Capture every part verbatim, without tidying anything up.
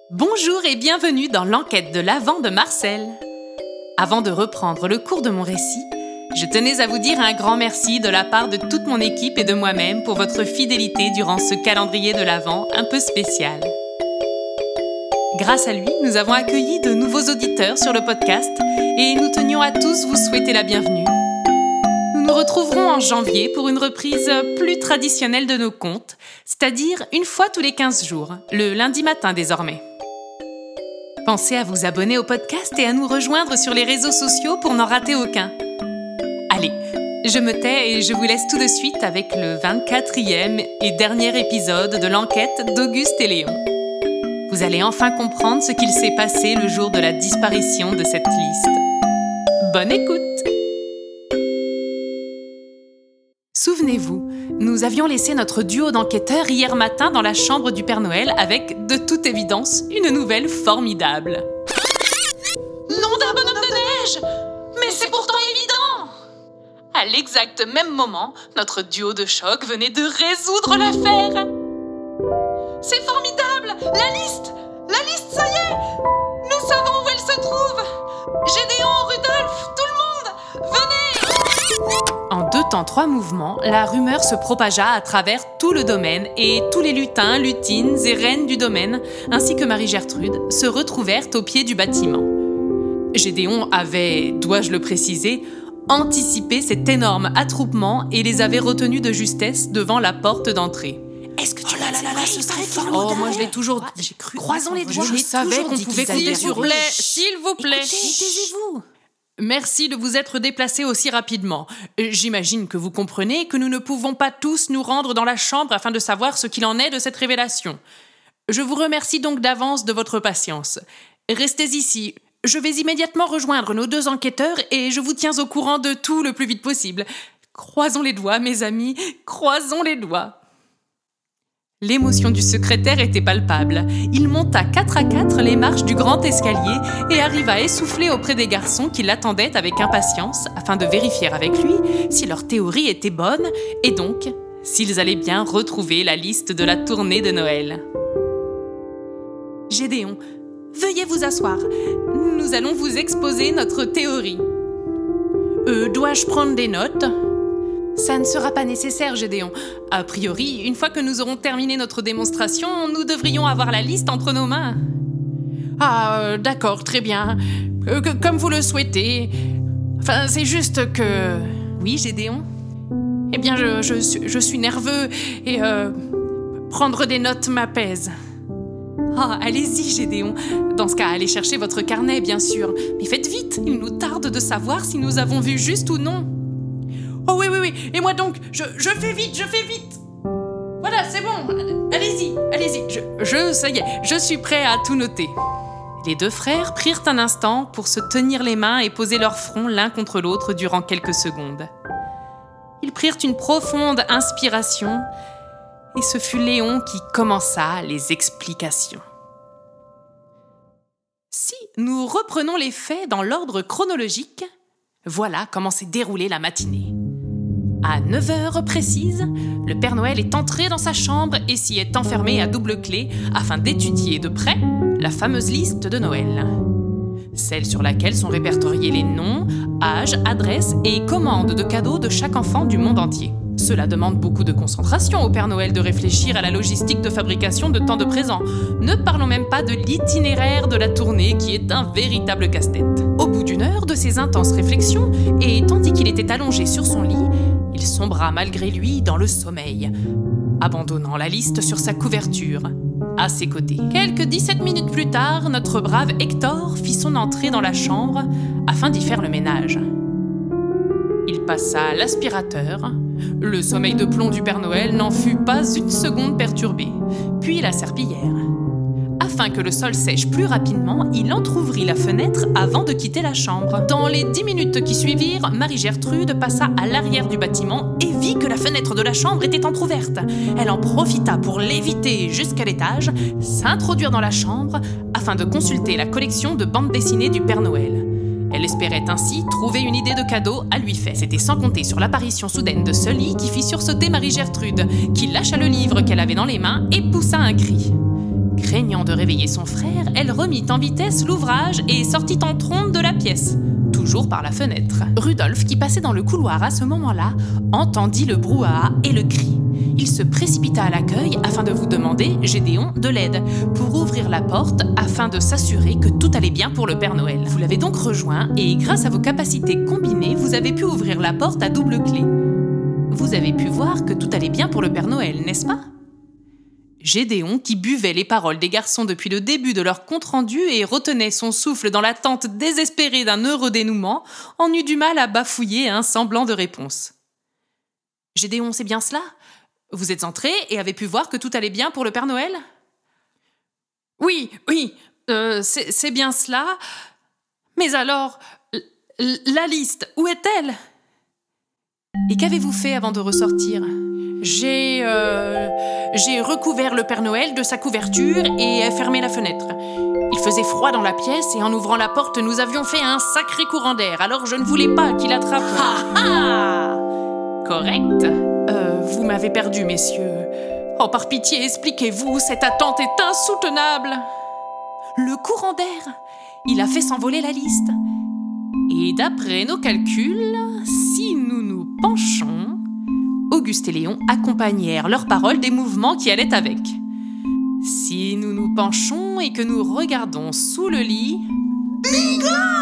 Bonjour et bienvenue dans l'enquête de l'Avent de Marcel. Avant de reprendre le cours de mon récit, je tenais à vous dire un grand merci de la part de toute mon équipe et de moi-même pour votre fidélité durant ce calendrier de l'Avent un peu spécial. Grâce à lui, nous avons accueilli de nouveaux auditeurs sur le podcast et nous tenions à tous vous souhaiter la bienvenue. Nous nous retrouverons en janvier pour une reprise plus traditionnelle de nos contes, c'est-à-dire une fois tous les quinze jours, le lundi matin désormais. Pensez à vous abonner au podcast et à nous rejoindre sur les réseaux sociaux pour n'en rater aucun. Allez, je me tais et je vous laisse tout de suite avec le vingt-quatrième et dernier épisode de l'enquête d'Auguste et Léon. Vous allez enfin comprendre ce qu'il s'est passé le jour de la disparition de cette liste. Bonne écoute! Souvenez-vous, nous avions laissé notre duo d'enquêteurs hier matin dans la chambre du Père Noël avec, de toute évidence, une nouvelle formidable. Nom d'un bonhomme de neige! Mais c'est pourtant évident! À l'exact même moment, notre duo de choc venait de résoudre l'affaire. C'est formidable! La liste! La liste, ça y est! Nous savons où elle se trouve! Gédéon, Rudolph, tout le monde! Venez! En deux temps, trois mouvements, la rumeur se propagea à travers tout le domaine et tous les lutins, lutines et reines du domaine, ainsi que Marie-Gertrude, se retrouvèrent au pied du bâtiment. Gédéon avait, dois-je le préciser, anticipé cet énorme attroupement et les avait retenus de justesse devant la porte d'entrée. Est-ce que tu oh là là là là, ce serait Oh, moi je l'ai toujours dit. J'ai cru. Croisons les doigts. Je savais qu'on pouvait compter sur vous. S'il vous plaît. Écoutez, taisez-vous. Merci de vous être déplacés aussi rapidement. J'imagine que vous comprenez que nous ne pouvons pas tous nous rendre dans la chambre afin de savoir ce qu'il en est de cette révélation. Je vous remercie donc d'avance de votre patience. Restez ici. Je vais immédiatement rejoindre nos deux enquêteurs et je vous tiens au courant de tout le plus vite possible. Croisons les doigts, mes amis, croisons les doigts. L'émotion du secrétaire était palpable. Il monta quatre à quatre les marches du grand escalier et arriva essoufflé auprès des garçons qui l'attendaient avec impatience afin de vérifier avec lui si leur théorie était bonne et donc s'ils allaient bien retrouver la liste de la tournée de Noël. Gédéon, veuillez vous asseoir. Nous allons vous exposer notre théorie. Euh, dois-je prendre des notes ? Ça ne sera pas nécessaire, Gédéon. A priori, une fois que nous aurons terminé notre démonstration, nous devrions avoir la liste entre nos mains. Ah, euh, d'accord, très bien. Euh, que, comme vous le souhaitez. Enfin, c'est juste que... Oui, Gédéon ? Eh bien, je, je, je suis nerveux et euh, prendre des notes m'apaise. Ah, allez-y, Gédéon. Dans ce cas, allez chercher votre carnet, bien sûr. Mais faites vite, il nous tarde de savoir si nous avons vu juste ou non. Oh oui, oui, oui, et moi donc, je, je fais vite, je fais vite. Voilà, c'est bon, allez-y, allez-y, je, je, ça y est, je suis prêt à tout noter. Les deux frères prirent un instant pour se tenir les mains et poser leur front l'un contre l'autre durant quelques secondes. Ils prirent une profonde inspiration et ce fut Léon qui commença les explications. Si nous reprenons les faits dans l'ordre chronologique, voilà comment s'est déroulée la matinée. À neuf heures précises, le Père Noël est entré dans sa chambre et s'y est enfermé à double clé afin d'étudier de près la fameuse liste de Noël. Celle sur laquelle sont répertoriés les noms, âges, adresses et commandes de cadeaux de chaque enfant du monde entier. Cela demande beaucoup de concentration au Père Noël de réfléchir à la logistique de fabrication de tant de présents. Ne parlons même pas de l'itinéraire de la tournée qui est un véritable casse-tête. Au bout d'une heure de ses intenses réflexions, et tandis qu'il était allongé sur son lit, il sombra malgré lui dans le sommeil, abandonnant la liste sur sa couverture, à ses côtés. Quelques dix-sept minutes plus tard, notre brave Hector fit son entrée dans la chambre afin d'y faire le ménage. Il passa l'aspirateur. Le sommeil de plomb du Père Noël n'en fut pas une seconde perturbé. Puis la serpillière. Afin que le sol sèche plus rapidement, il entr'ouvrit la fenêtre avant de quitter la chambre. Dans les dix minutes qui suivirent, Marie-Gertrude passa à l'arrière du bâtiment et vit que la fenêtre de la chambre était entr'ouverte. Elle en profita pour l'éviter jusqu'à l'étage, s'introduire dans la chambre afin de consulter la collection de bandes dessinées du Père Noël. Elle espérait ainsi trouver une idée de cadeau à lui faire. C'était sans compter sur l'apparition soudaine de Sully qui fit sursauter Marie-Gertrude, qui lâcha le livre qu'elle avait dans les mains et poussa un cri. Craignant de réveiller son frère, elle remit en vitesse l'ouvrage et sortit en trombe de la pièce, toujours par la fenêtre. Rudolf, qui passait dans le couloir à ce moment-là, entendit le brouhaha et le cri. Il se précipita à l'accueil afin de vous demander, Gédéon, de l'aide pour ouvrir la porte afin de s'assurer que tout allait bien pour le Père Noël. Vous l'avez donc rejoint et grâce à vos capacités combinées, vous avez pu ouvrir la porte à double clé. Vous avez pu voir que tout allait bien pour le Père Noël, n'est-ce pas ? Gédéon, qui buvait les paroles des garçons depuis le début de leur compte-rendu et retenait son souffle dans l'attente désespérée d'un heureux dénouement, en eut du mal à bafouiller un semblant de réponse. « Gédéon, c'est bien cela ? Vous êtes entré et avez pu voir que tout allait bien pour le Père Noël ? » ?»« Oui, oui, euh, c'est, c'est bien cela. Mais alors, l- la liste, où est-elle ? » ?»« Et qu'avez-vous fait avant de ressortir ? » J'ai, euh, j'ai recouvert le Père Noël de sa couverture et fermé la fenêtre. Il faisait froid dans la pièce et en ouvrant la porte, nous avions fait un sacré courant d'air, alors je ne voulais pas qu'il attrape... Ah ah ! Correct. Euh, vous m'avez perdu, messieurs. Oh, par pitié, expliquez-vous, cette attente est insoutenable. Le courant d'air, il a fait s'envoler la liste. Et d'après nos calculs, si nous nous penchons... Auguste et Léon accompagnèrent leurs paroles des mouvements qui allaient avec. Si nous nous penchons et que nous regardons sous le lit... Bingo !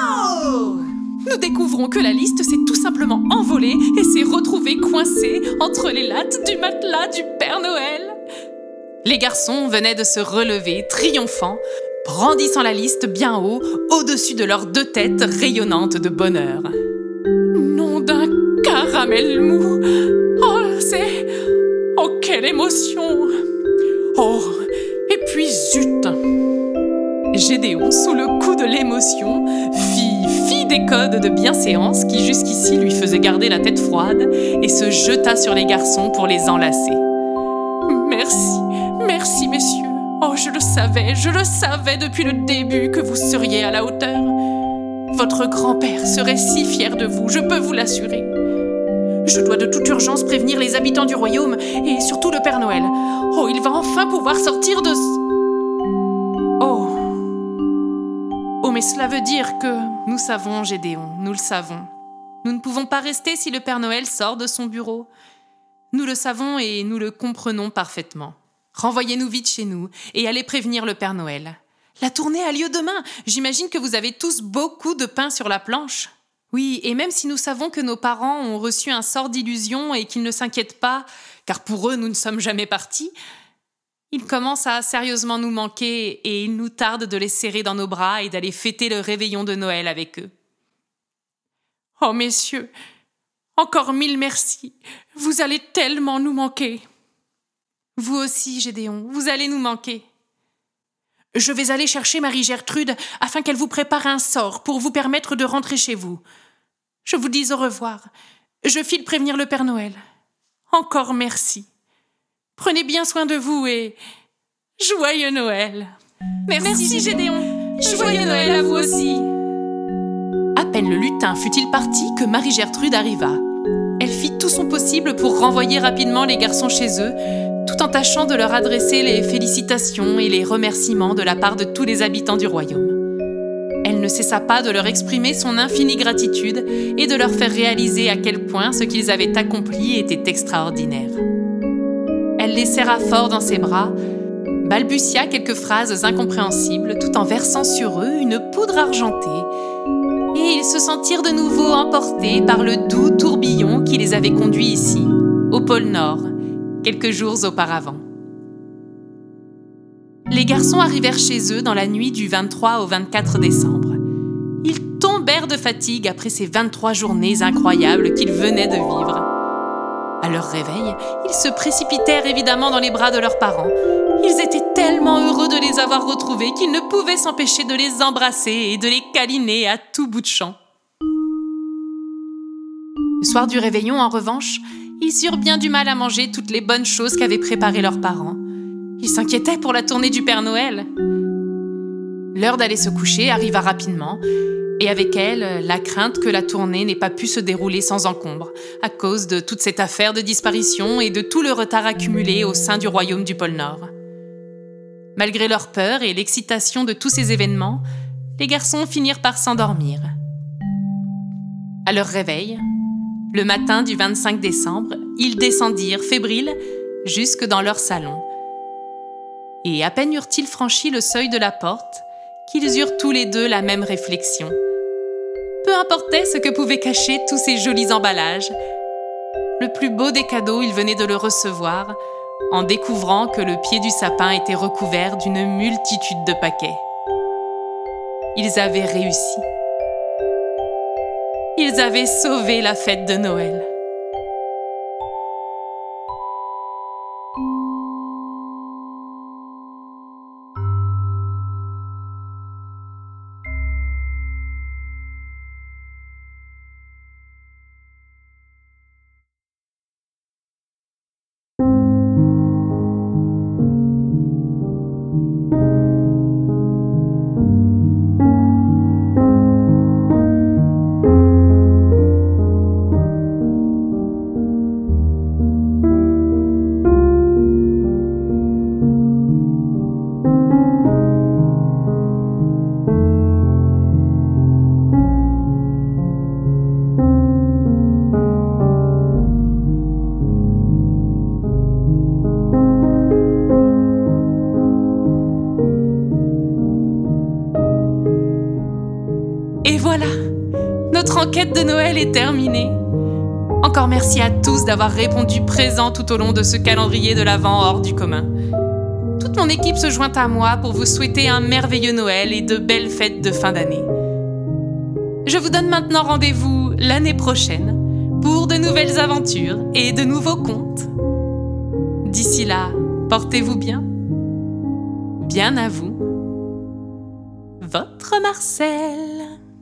Nous découvrons que la liste s'est tout simplement envolée et s'est retrouvée coincée entre les lattes du matelas du Père Noël. Les garçons venaient de se relever, triomphants, brandissant la liste bien haut, au-dessus de leurs deux têtes rayonnantes de bonheur. Nom d'un caramel mou! Oh, c'est... Oh, quelle émotion! Oh, et puis zut! Gédéon, sous le coup de l'émotion, fit fi des codes de bienséance qui jusqu'ici lui faisaient garder la tête froide et se jeta sur les garçons pour les enlacer. Merci, merci messieurs. Oh, je le savais, je le savais depuis le début que vous seriez à la hauteur. Votre grand-père serait si fier de vous, je peux vous l'assurer. Je dois de toute urgence prévenir les habitants du royaume et surtout le Père Noël. Oh, il va enfin pouvoir sortir de... Oh. Oh, mais cela veut dire que... Nous savons, Gédéon, nous le savons. Nous ne pouvons pas rester si le Père Noël sort de son bureau. Nous le savons et nous le comprenons parfaitement. Renvoyez-nous vite chez nous et allez prévenir le Père Noël. La tournée a lieu demain. J'imagine que vous avez tous beaucoup de pain sur la planche. Oui, et même si nous savons que nos parents ont reçu un sort d'illusion et qu'ils ne s'inquiètent pas, car pour eux, nous ne sommes jamais partis, ils commencent à sérieusement nous manquer et il nous tarde de les serrer dans nos bras et d'aller fêter le réveillon de Noël avec eux. Oh, messieurs, encore mille merci. Vous allez tellement nous manquer. Vous aussi, Gédéon, vous allez nous manquer. Je vais aller chercher Marie-Gertrude afin qu'elle vous prépare un sort pour vous permettre de rentrer chez vous. Je vous dis au revoir. Je file prévenir le Père Noël. Encore merci. Prenez bien soin de vous et... Joyeux Noël. Merci, merci Gédéon. Joyeux Noël à vous aussi. À peine le lutin fut-il parti que Marie-Gertrude arriva. Elle fit tout son possible pour renvoyer rapidement les garçons chez eux, tout en tâchant de leur adresser les félicitations et les remerciements de la part de tous les habitants du royaume. Elle ne cessa pas de leur exprimer son infinie gratitude et de leur faire réaliser à quel point ce qu'ils avaient accompli était extraordinaire. Elle les serra fort dans ses bras, balbutia quelques phrases incompréhensibles tout en versant sur eux une poudre argentée, et ils se sentirent de nouveau emportés par le doux tourbillon qui les avait conduits ici, au pôle Nord, quelques jours auparavant. Les garçons arrivèrent chez eux dans la nuit du vingt-trois au vingt-quatre décembre. Ils tombèrent de fatigue après ces vingt-trois journées incroyables qu'ils venaient de vivre. À leur réveil, ils se précipitèrent évidemment dans les bras de leurs parents. Ils étaient tellement heureux de les avoir retrouvés qu'ils ne pouvaient s'empêcher de les embrasser et de les câliner à tout bout de champ. Le soir du réveillon, en revanche, ils eurent bien du mal à manger toutes les bonnes choses qu'avaient préparées leurs parents. Ils s'inquiétaient pour la tournée du Père Noël. L'heure d'aller se coucher arriva rapidement, et avec elle, la crainte que la tournée n'ait pas pu se dérouler sans encombre, à cause de toute cette affaire de disparition et de tout le retard accumulé au sein du royaume du pôle Nord. Malgré leur peur et l'excitation de tous ces événements, les garçons finirent par s'endormir. À leur réveil, le matin du vingt-cinq décembre, ils descendirent, fébriles, jusque dans leur salon. Et à peine eurent-ils franchi le seuil de la porte, qu'ils eurent tous les deux la même réflexion. Peu importait ce que pouvaient cacher tous ces jolis emballages. Le plus beau des cadeaux, ils venaient de le recevoir, en découvrant que le pied du sapin était recouvert d'une multitude de paquets. Ils avaient réussi. Ils avaient sauvé la fête de Noël. Et voilà, notre enquête de Noël est terminée. Encore merci à tous d'avoir répondu présent tout au long de ce calendrier de l'Avent hors du commun. Toute mon équipe se joint à moi pour vous souhaiter un merveilleux Noël et de belles fêtes de fin d'année. Je vous donne maintenant rendez-vous l'année prochaine pour de nouvelles aventures et de nouveaux contes. D'ici là, portez-vous bien. Bien à vous. Votre Marcel.